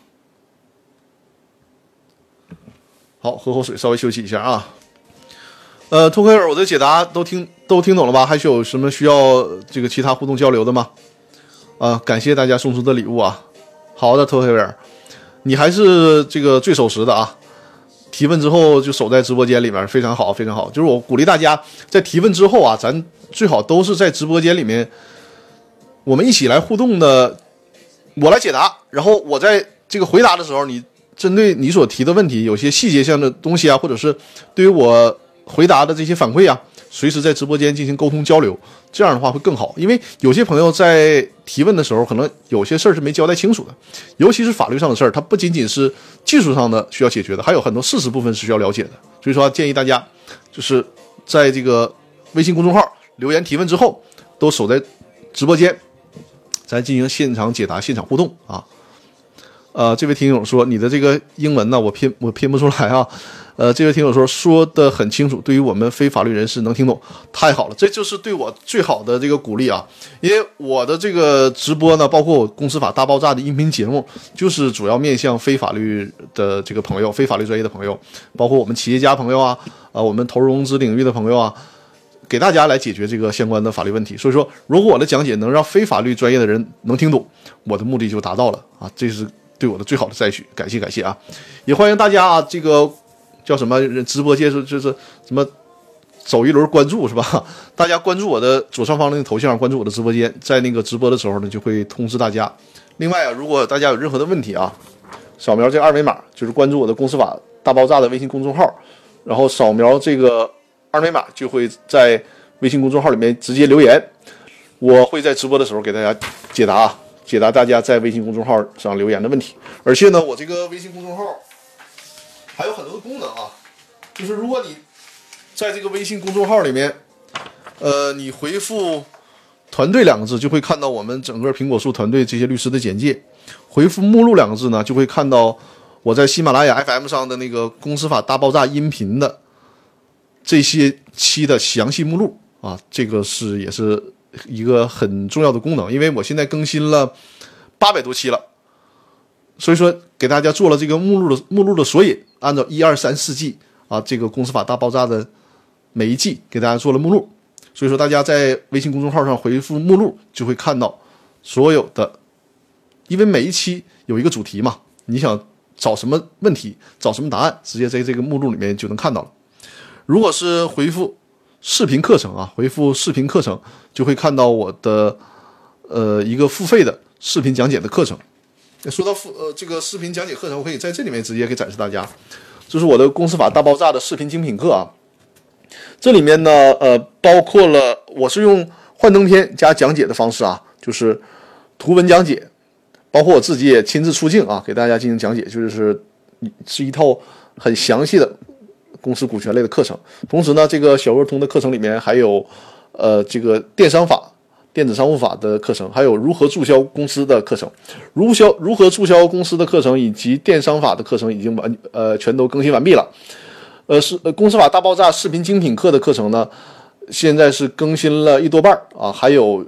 好，喝口水，稍微休息一下啊。呃，托克维尔，我的解答都听都听懂了吧？还是有什么需要这个其他互动交流的吗？啊，感谢大家送出的礼物啊。好的，托克维尔，你还是这个最守时的啊。提问之后就守在直播间里面，非常好，非常好。就是我鼓励大家在提问之后啊，咱最好都是在直播间里面，我们一起来互动的，我来解答，然后我在这个回答的时候，你针对你所提的问题，有些细节性的东西啊，或者是对于我回答的这些反馈啊，随时在直播间进行沟通交流，这样的话会更好。因为有些朋友在提问的时候，可能有些事儿是没交代清楚的，尤其是法律上的事儿，它不仅仅是技术上的需要解决的，还有很多事实部分是需要了解的。所以说建议大家就是在这个微信公众号留言提问之后，都守在直播间，咱进行现场解答、现场互动啊。呃，这位听友说你的这个英文呢，我拼我拼不出来啊。呃，这位听友说说的很清楚，对于我们非法律人士能听懂，太好了，这就是对我最好的这个鼓励啊！因为我的这个直播呢，包括我公司法大爆炸的音频节目，就是主要面向非法律的这个朋友、非法律专业的朋友，包括我们企业家朋友啊，啊，我们投融资领域的朋友啊，给大家来解决这个相关的法律问题。所以说，如果我的讲解能让非法律专业的人能听懂，我的目的就达到了啊！这是对我的最好的赞许，感谢感谢啊！也欢迎大家啊，这个。叫什么直播界是就是什么走一轮关注是吧？大家关注我的左上方那个头像，关注我的直播间，在那个直播的时候呢，就会通知大家。另外啊，如果大家有任何的问题啊，扫描这个二维码，就是关注我的公司法大爆炸的微信公众号，然后扫描这个二维码，就会在微信公众号里面直接留言，我会在直播的时候给大家解答啊，解答大家在微信公众号上留言的问题。而且呢，我这个微信公众号还有很多的功能啊，就是如果你在这个微信公众号里面，呃，你回复“团队”两个字，就会看到我们整个苹果树团队这些律师的简介；回复“目录”两个字呢，就会看到我在喜马拉雅 F M 上的那个公司法大爆炸音频的这些期的详细目录啊。这个是也是一个很重要的功能，因为我现在更新了八百多期了。所以说给大家做了这个目录的目录的索引，按照一二三四季啊，这个公司法大爆炸的每一季给大家做了目录。所以说大家在微信公众号上回复目录，就会看到所有的，因为每一期有一个主题嘛，你想找什么问题，找什么答案，直接在这个目录里面就能看到了。如果是回复视频课程啊，回复视频课程，就会看到我的呃一个付费的视频讲解的课程。说到呃这个视频讲解课程，我可以在这里面直接给展示大家，这是我的公司法大爆炸的视频精品课啊。这里面呢，呃，包括了我是用幻灯片加讲解的方式啊，就是图文讲解，包括我自己也亲自出镜啊，给大家进行讲解，就是是一套很详细的公司股权类的课程。同时呢，这个小鹅通的课程里面还有呃这个电商法。电子商务法的课程，还有如何注销公司的课程，如销如何注销公司的课程以及电商法的课程已经完呃全都更新完毕了。呃是呃公司法大爆炸视频精品课的课程呢，现在是更新了一多半啊，还有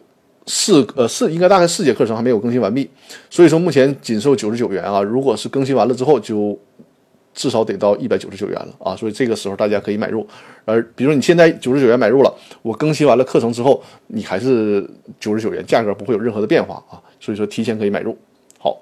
四呃四应该大概四节课程还没有更新完毕，所以说目前仅售九十九元啊，如果是更新完了之后就至少得到一百九十九元了啊，所以这个时候大家可以买入。而比如说你现在九十九元买入了，我更新完了课程之后，你还是九十九元，价格不会有任何的变化啊，所以说提前可以买入。好，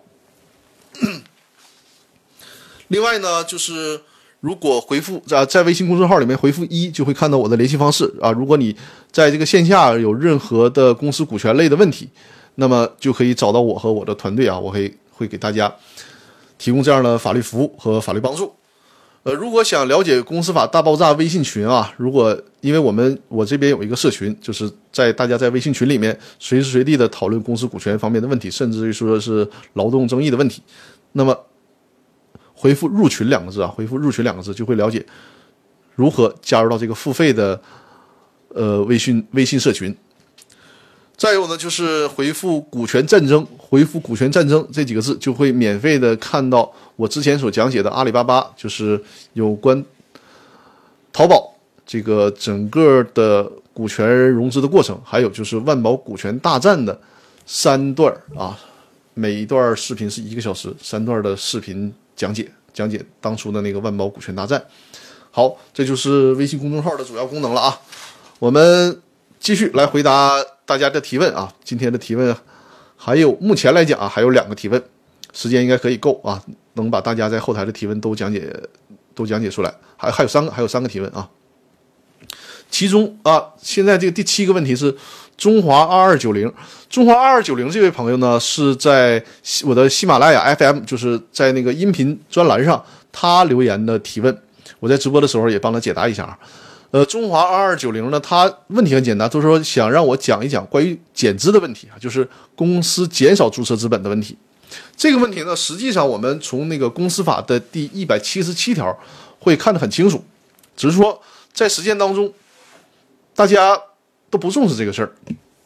另外呢，就是如果回复在在微信公众号里面回复一，就会看到我的联系方式啊。如果你在这个线下有任何的公司股权类的问题，那么就可以找到我和我的团队啊，我会会给大家提供这样的法律服务和法律帮助。呃，如果想了解公司法大爆炸微信群啊，如果因为我们我这边有一个社群，就是在大家在微信群里面随时随地的讨论公司股权方面的问题，甚至于说是劳动争议的问题，那么回复入群两个字啊，回复入群两个字就会了解如何加入到这个付费的呃微信微信社群。再有呢，就是回复股权战争，回复股权战争这几个字，就会免费的看到我之前所讲解的阿里巴巴，就是有关淘宝这个整个的股权融资的过程，还有就是万宝股权大战的三段啊，每一段视频是一个小时，三段的视频讲解，讲解当初的那个万宝股权大战。好，这就是微信公众号的主要功能了啊。我们继续来回答大家的提问啊，今天的提问还有目前来讲啊，还有两个提问，时间应该可以够啊，能把大家在后台的提问都讲解都讲解出来。还还有三个还有三个提问啊，其中啊，现在这个第七个问题是中华二二九零，中华二二九零这位朋友呢是在我的喜马拉雅 F M， 就是在那个音频专栏上他留言的提问，我在直播的时候也帮他解答一下啊。呃，中华二二九零呢，他问题很简单，就是说想让我讲一讲关于减资的问题啊，就是公司减少注册资本的问题。这个问题呢，实际上我们从那个公司法的第一百七十七条会看得很清楚，只是说在实践当中，大家都不重视这个事儿。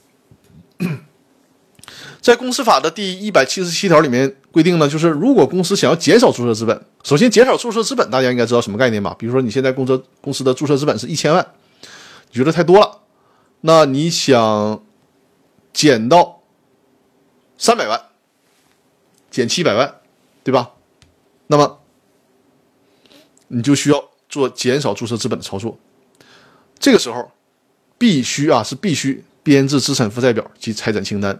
在公司法的第一百七十七条里面规定呢，就是如果公司想要减少注册资本，首先减少注册资本，大家应该知道什么概念吧？比如说你现在公司公司的注册资本是一千万，你觉得太多了，那你想减到三百万，减七百万，对吧？那么你就需要做减少注册资本的操作。这个时候必须啊是必须编制资产负债表及财产清单。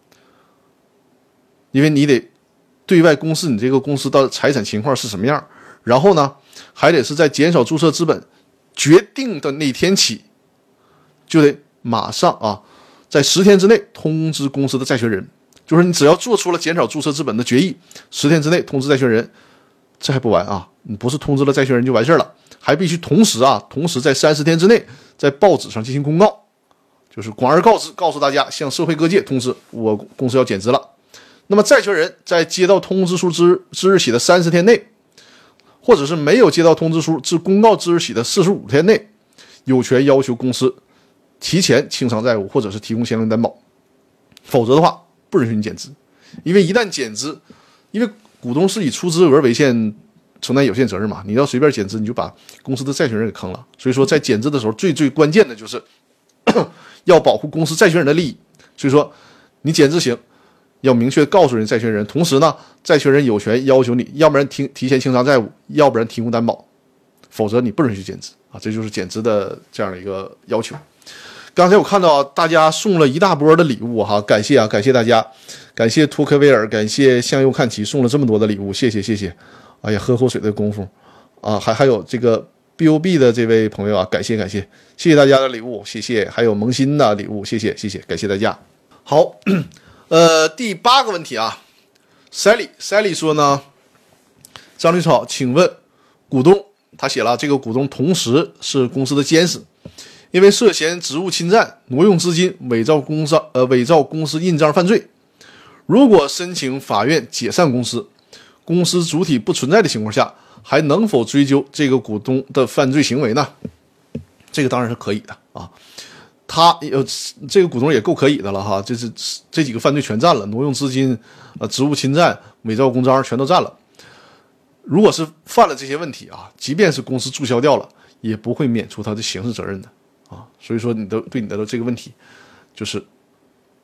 因为你得对外公示你这个公司的财产情况是什么样，然后呢，还得是在减少注册资本决定的那天起，就得马上啊，在十天之内通知公司的债权人，就是你只要做出了减少注册资本的决议，十天之内通知债权人，这还不完啊，你不是通知了债权人就完事了，还必须同时啊，同时在三十天之内在报纸上进行公告，就是广而告之，告诉大家，向社会各界通知我公司要减资了。那么债权人在接到通知书之之日起的三十天内，或者是没有接到通知书至公告之日起的四十五天内，有权要求公司提前清偿债务，或者是提供相应担保，否则的话不允许你减资。因为一旦减资，因为股东是以出资额为限承担有限责任嘛，你要随便减资，你就把公司的债权人给坑了。所以说在减资的时候，最最关键的就是要保护公司债权人的利益。所以说你减资行，要明确告诉人债权人，同时呢，债权人有权要求你，要不然提提前清偿债务，要不然提供担保，否则你不允许减资啊！这就是减资的这样的一个要求。刚才我看到大家送了一大波的礼物哈，感谢啊，感谢大家，感谢托克维尔，感谢向右看齐，送了这么多的礼物，谢谢谢谢。哎呀，喝口水的功夫啊，还还有这个 B O B 的这位朋友啊，感谢感谢，谢谢大家的礼物，谢谢，还有萌新的礼物，谢谢谢谢，感谢大家。好。呃，第八个问题啊 ，Sally Sally 说呢，张律草，请问股东，他写了这个股东同时是公司的监事，因为涉嫌职务侵占、挪用资金、伪造公司呃伪造公司印章犯罪，如果申请法院解散公司，公司主体不存在的情况下，还能否追究这个股东的犯罪行为呢？这个当然是可以的啊。他呃，这个股东也够可以的了哈，这是这几个犯罪全占了，挪用资金、呃，职务侵占、伪造公章全都占了。如果是犯了这些问题啊，即便是公司注销掉了，也不会免除他的刑事责任的啊。所以说，你的对你的这个问题，就是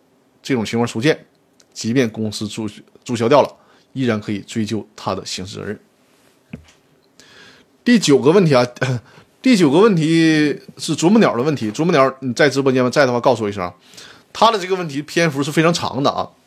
这种情况出现，即便公司注注销掉了，依然可以追究他的刑事责任。第九个问题啊，第九个问题是啄木鸟的问题。啄木鸟，你在直播间吗？在的话告诉我一声。他的这个问题篇幅是非常长的啊，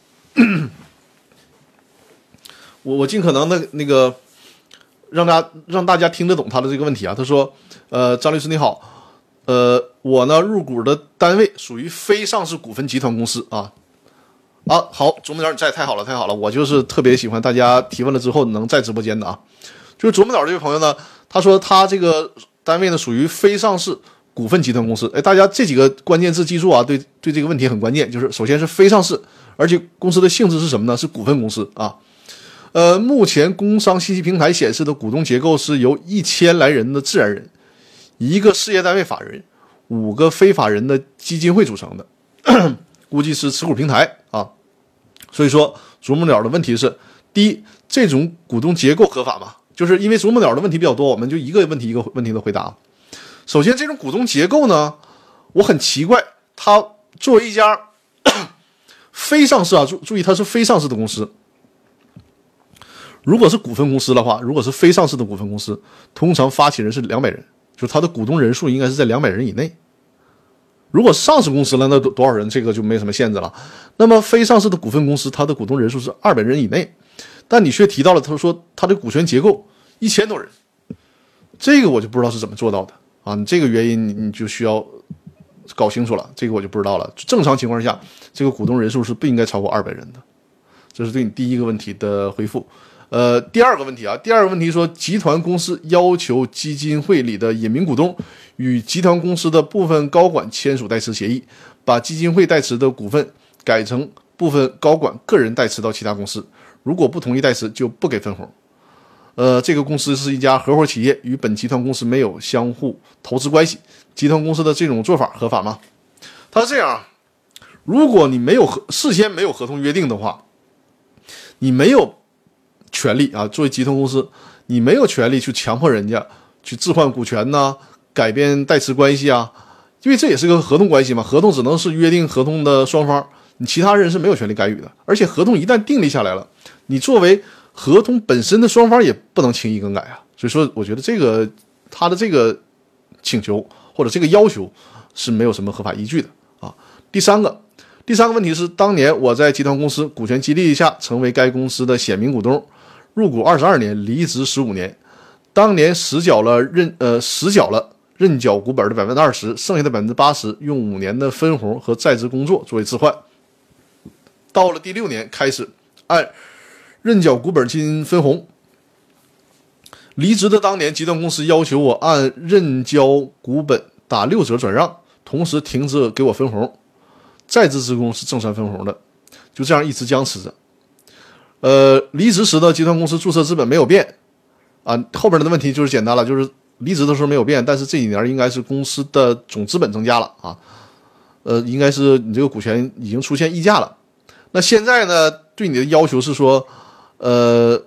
我我尽可能的那个让大家让大家听得懂他的这个问题啊。他说，呃，张律师你好，呃，我呢入股的单位属于非上市股份集团公司啊。啊，好，啄木鸟你在，太好了，太好了，我就是特别喜欢大家提问了之后能在直播间的啊。就是啄木鸟这位朋友呢，他说他这个单位呢属于非上市股份集团公司。哎，大家这几个关键字记住啊，对对这个问题很关键。就是首先是非上市，而且公司的性质是什么呢？是股份公司啊。呃，目前工商信息平台显示的股东结构是由一千来人的自然人，一个事业单位法人，五个非法人的基金会组成的，估计是持股平台啊。所以说，啄木鸟的问题是：第一，这种股东结构合法吗？就是因为啄木鸟的问题比较多，我们就一个问题一个问题的回答。首先，这种股东结构呢，我很奇怪，它作为一家非上市啊，注注意它是非上市的公司。如果是股份公司的话，如果是非上市的股份公司，通常发起人是两百人，就是它的股东人数应该是在两百人以内。如果上市公司了，那多少人这个就没什么限制了。那么非上市的股份公司，它的股东人数是二百人以内，但你却提到了他说它的股权结构一千多人，这个我就不知道是怎么做到的啊！你这个原因你就需要搞清楚了，这个我就不知道了。正常情况下，这个股东人数是不应该超过二百人的。这是对你第一个问题的回复。呃，第二个问题啊，第二个问题说，集团公司要求基金会里的隐名股东与集团公司的部分高管签署代持协议，把基金会代持的股份改成部分高管个人代持到其他公司，如果不同意代持，就不给分红。呃，这个公司是一家合伙企业，与本集团公司没有相互投资关系，集团公司的这种做法合法吗？他是这样，如果你没有合事先没有合同约定的话，你没有权利啊，作为集团公司，你没有权利去强迫人家去置换股权呐、啊，改变代持关系啊，因为这也是个合同关系嘛，合同只能是约定合同的双方，你其他人是没有权利干预的。而且合同一旦订立下来了，你作为合同本身的双方也不能轻易更改啊。所以说，我觉得这个他的这个请求或者这个要求是没有什么合法依据的啊。第三个。第三个问题是，当年我在集团公司股权激励下成为该公司的显名股东，入股二十二年，离职十五年。当年实缴了认呃实缴了认缴股本的百分之二十，剩下的百分之八十用五年的分红和在职工作作为置换。到了第六年开始按认缴股本进行分红。离职的当年，集团公司要求我按认交股本打六折转让，同时停止给我分红。在职职工是正常分红的，就这样一直僵持着。呃，离职时的集团公司注册资本没有变啊，后边的问题就是简单了，就是离职的时候没有变，但是这几年应该是公司的总资本增加了啊，呃，应该是你这个股权已经出现溢价了。那现在呢，对你的要求是说，呃，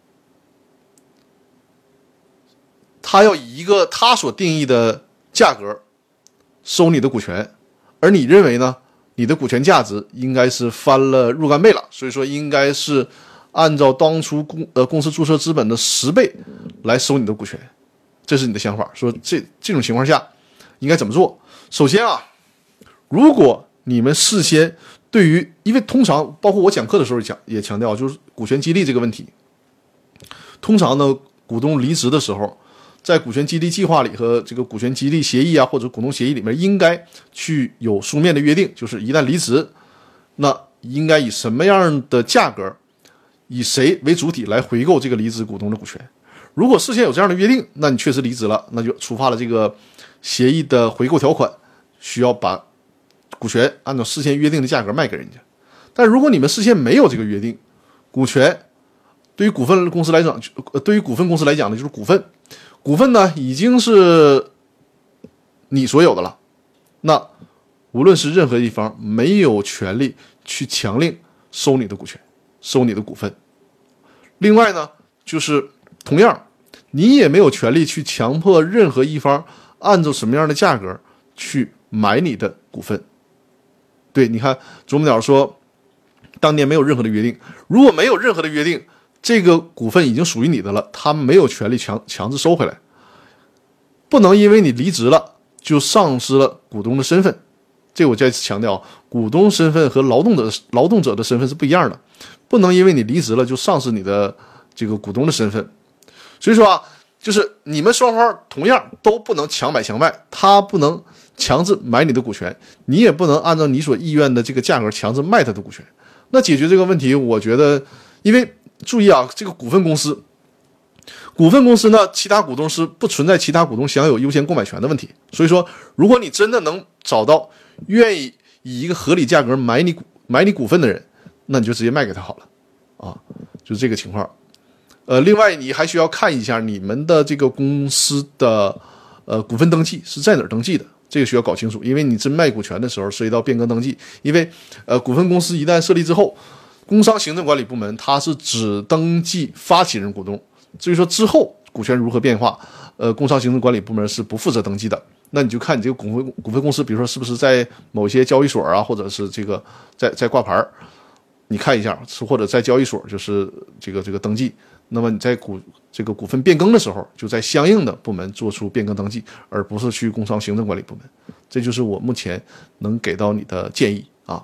他要以一个他所定义的价格收你的股权，而你认为呢？你的股权价值应该是翻了若干倍了，所以说应该是按照当初公呃公司注册资本的十倍来收你的股权，这是你的想法。说这这种情况下应该怎么做？首先啊，如果你们事先对于，因为通常包括我讲课的时候讲也强调，就是股权激励这个问题，通常呢股东离职的时候，在股权激励计划里和这个股权激励协议啊，或者股东协议里面，应该去有书面的约定，就是一旦离职，那应该以什么样的价格，以谁为主体来回购这个离职股东的股权。如果事先有这样的约定，那你确实离职了，那就触发了这个协议的回购条款，需要把股权按照事先约定的价格卖给人家。但如果你们事先没有这个约定，股权对于股份公司来讲，对于股份公司来讲呢，就是股份。股份呢已经是你所有的了，那无论是任何一方没有权利去强令收你的股权，收你的股份。另外呢，就是同样你也没有权利去强迫任何一方按照什么样的价格去买你的股份。对，你看啄木鸟说当年没有任何的约定，如果没有任何的约定，这个股份已经属于你的了，他们没有权利强强制收回来。不能因为你离职了就丧失了股东的身份。这我再次强调，股东身份和劳动者劳动者的身份是不一样的，不能因为你离职了就丧失你的这个股东的身份。所以说啊，就是你们双方同样都不能强买强卖，他不能强制买你的股权，你也不能按照你所意愿的这个价格强制卖他的股权。那解决这个问题，我觉得，因为注意啊，这个股份公司。股份公司呢，其他股东是不存在其他股东享有优先购买权的问题。所以说，如果你真的能找到愿意以一个合理价格买你股买你股份的人，那你就直接卖给他好了，啊，就是这个情况。呃，另外你还需要看一下你们的这个公司的呃股份登记是在哪儿登记的，这个需要搞清楚，因为你真卖股权的时候涉及到变更登记，因为呃股份公司一旦设立之后，工商行政管理部门它是只登记发起人股东。至于说之后股权如何变化，呃，工商行政管理部门是不负责登记的。那你就看你这个股份股份公司，比如说是不是在某些交易所啊，或者是这个在在挂牌，你看一下，或者在交易所就是这个这个登记。那么你在股这个股份变更的时候，就在相应的部门做出变更登记，而不是去工商行政管理部门。这就是我目前能给到你的建议啊。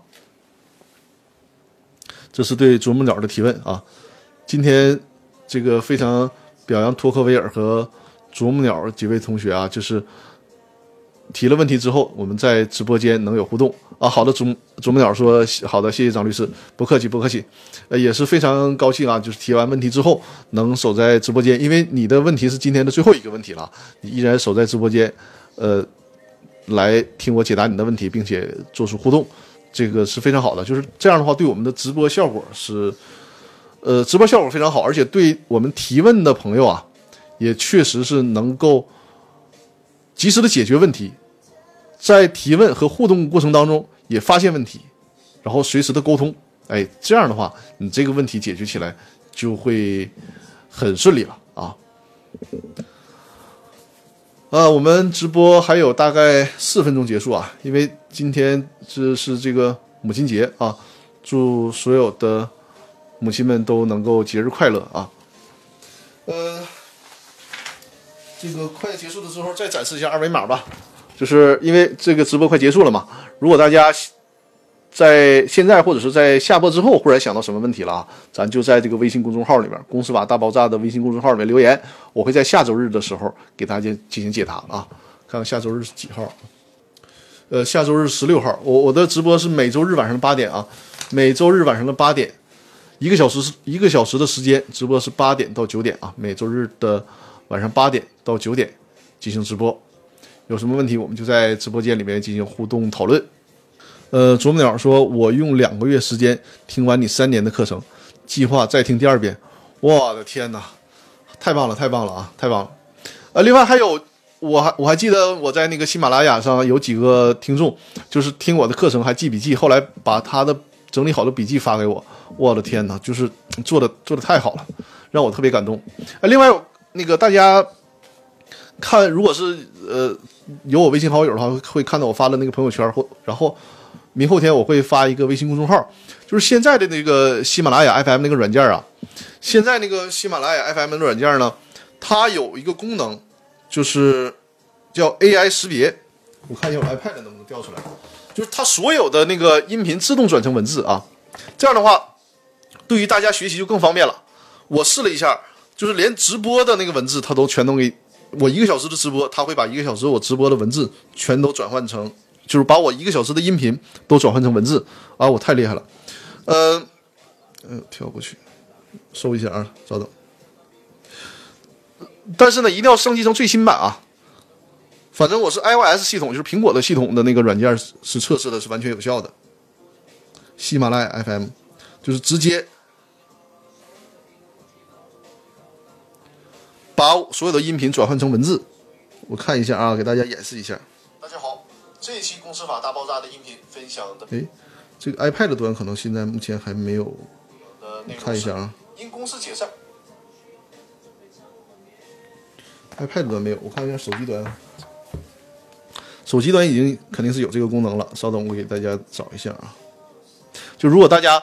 这是对啄木鸟的提问啊。今天。这个非常表扬托克维尔和啄木鸟几位同学啊，就是提了问题之后，我们在直播间能有互动啊。好的，啄啄木鸟说好的，谢谢张律师，不客气不客气，呃，也是非常高兴啊，就是提完问题之后能守在直播间，因为你的问题是今天的最后一个问题了，你依然守在直播间，呃，来听我解答你的问题，并且做出互动，这个是非常好的，就是这样的话，对我们的直播效果是。呃，直播效果非常好，而且对我们提问的朋友啊，也确实是能够及时的解决问题，在提问和互动过程当中也发现问题，然后随时的沟通，哎，这样的话，你这个问题解决起来就会很顺利了啊。呃，我们直播还有大概四分钟结束啊，因为今天这是这个母亲节啊，祝所有的。母亲们都能够节日快乐啊！呃，这个快结束的时候再展示一下二维码吧，就是因为这个直播快结束了嘛。如果大家在现在或者是在下播之后忽然想到什么问题了啊，咱就在这个微信公众号里面“公司法大爆炸”的微信公众号里面留言，我会在下周日的时候给大家进行解答啊。看看下周日是几号？呃，下周日十六号。我我的直播是每周日晚上的八点啊，每周日晚上的八点。一个小时一个小时的时间，直播是八点到九点啊，每周日的晚上八点到九点进行直播。有什么问题，我们就在直播间里面进行互动讨论。呃，啄木鸟说，我用两个月时间听完你三年的课程，计划再听第二遍。我的天哪，太棒了，太棒了啊，太棒了！呃，另外还有，我还我还记得我在那个喜马拉雅上有几个听众，就是听我的课程还记笔记，后来把他的整理好的笔记发给我。我的天哪，就是做的做的太好了，让我特别感动。呃、另外那个大家看，如果是呃有我微信好友的话，会看到我发的那个朋友圈，或然后明后天我会发一个微信公众号，就是现在的那个喜马拉雅 F M 那个软件啊，现在那个喜马拉雅 F M 的软件呢，它有一个功能，就是叫 A I 识别。我看一下我 iPad 能不能调出来，就是它所有的那个音频自动转成文字啊，这样的话。对于大家学习就更方便了。我试了一下，就是连直播的那个文字，它都全都给我一个小时的直播，它会把一个小时我直播的文字全都转换成，就是把我一个小时的音频都转换成文字啊！我太厉害了。呃，呃，跳过去，收一下啊，稍等。但是呢，一定要升级成最新版啊。反正我是 iOS 系统，就是苹果的系统的那个软件是测试的，是完全有效的。喜马拉雅 F M 就是直接。把所有的音频转换成文字，我看一下啊，给大家演示一下。大家好，这一期公司法大爆炸的音频分享的，哎，这个 iPad 端可能现在目前还没有，呃，看一下啊。因公司解散 ，iPad 端没有，我看一下手机端。手机端已经肯定是有这个功能了，稍等，我给大家找一下啊。就如果大家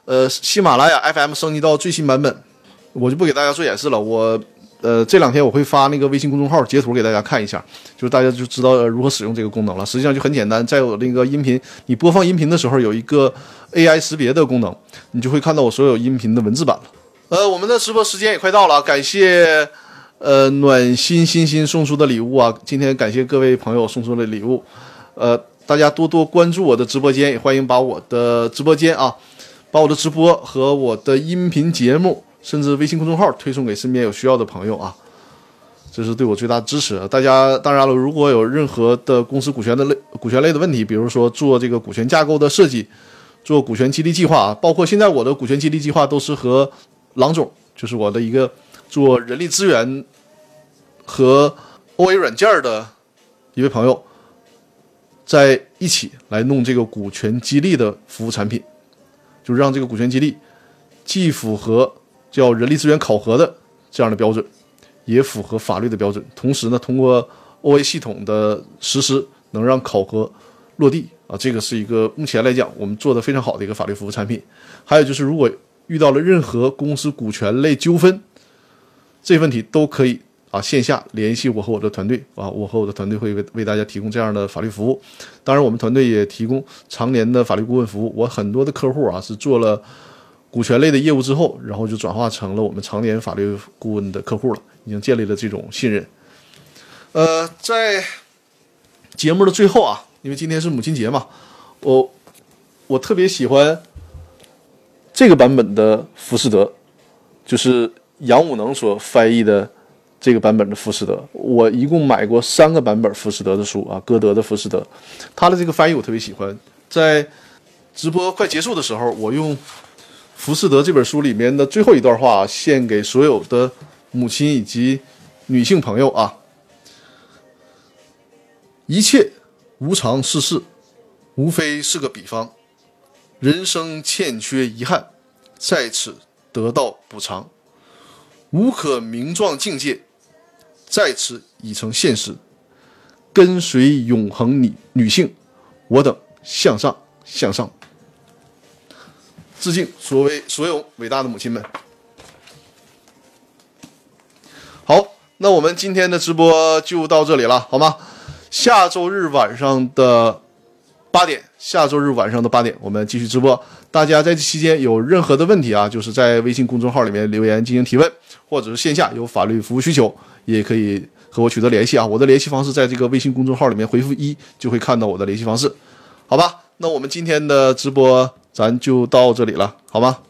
呃，喜马拉雅 F M 升级到最新版本，我就不给大家做演示了。我呃这两天我会发那个微信公众号截图给大家看一下，就是大家就知道、呃、如何使用这个功能了。实际上就很简单，在有那个音频，你播放音频的时候有一个 A I 识别的功能，你就会看到我所有音频的文字版了。呃，我们的直播时间也快到了，感谢呃暖心欣欣送出的礼物啊！今天感谢各位朋友送出的礼物，呃，大家多多关注我的直播间，也欢迎把我的直播间啊，把我的直播和我的音频节目，甚至微信公众号推送给身边有需要的朋友啊，这是对我最大的支持。大家当然了，如果有任何的公司股权的类股权类的问题，比如说做这个股权架构的设计，做股权激励计划啊，包括现在我的股权激励计划都是和郎总，就是我的一个做人力资源和 O A 软件的一位朋友，在一起来弄这个股权激励的服务产品，就让这个股权激励既符合叫人力资源考核的这样的标准，也符合法律的标准，同时呢，通过 O A 系统的实施，能让考核落地啊，这个是一个目前来讲我们做的非常好的一个法律服务产品。还有就是，如果遇到了任何公司股权类纠纷，这些问题都可以啊线下联系我和我的团队啊，我和我的团队会为为大家提供这样的法律服务。当然，我们团队也提供常年的法律顾问服务。我很多的客户啊是做了股权类的业务之后，然后就转化成了我们常年法律顾问的客户了，已经建立了这种信任。呃，在节目的最后啊，因为今天是母亲节嘛，我我特别喜欢这个版本的浮士德，就是杨武能所翻译的这个版本的浮士德。我一共买过三个版本浮士德的书啊，歌德的浮士德，他的这个翻译我特别喜欢。在直播快结束的时候，我用浮士德这本书里面的最后一段话献给所有的母亲以及女性朋友啊。一切无常世事，无非是个比方，人生欠缺遗憾，在此得到补偿，无可名状境界，在此已成现实，跟随永恒女女性，我等向上向上。致敬所谓所有伟大的母亲们。好，那我们今天的直播就到这里了，好吗？下周日晚上的八点，下周日晚上的八点，我们继续直播。大家在这期间有任何的问题啊，就是在微信公众号里面留言进行提问，或者是线下有法律服务需求，也可以和我取得联系啊。我的联系方式在这个微信公众号里面回复一，就会看到我的联系方式，好吧？那我们今天的直播咱就到这里了，好吗？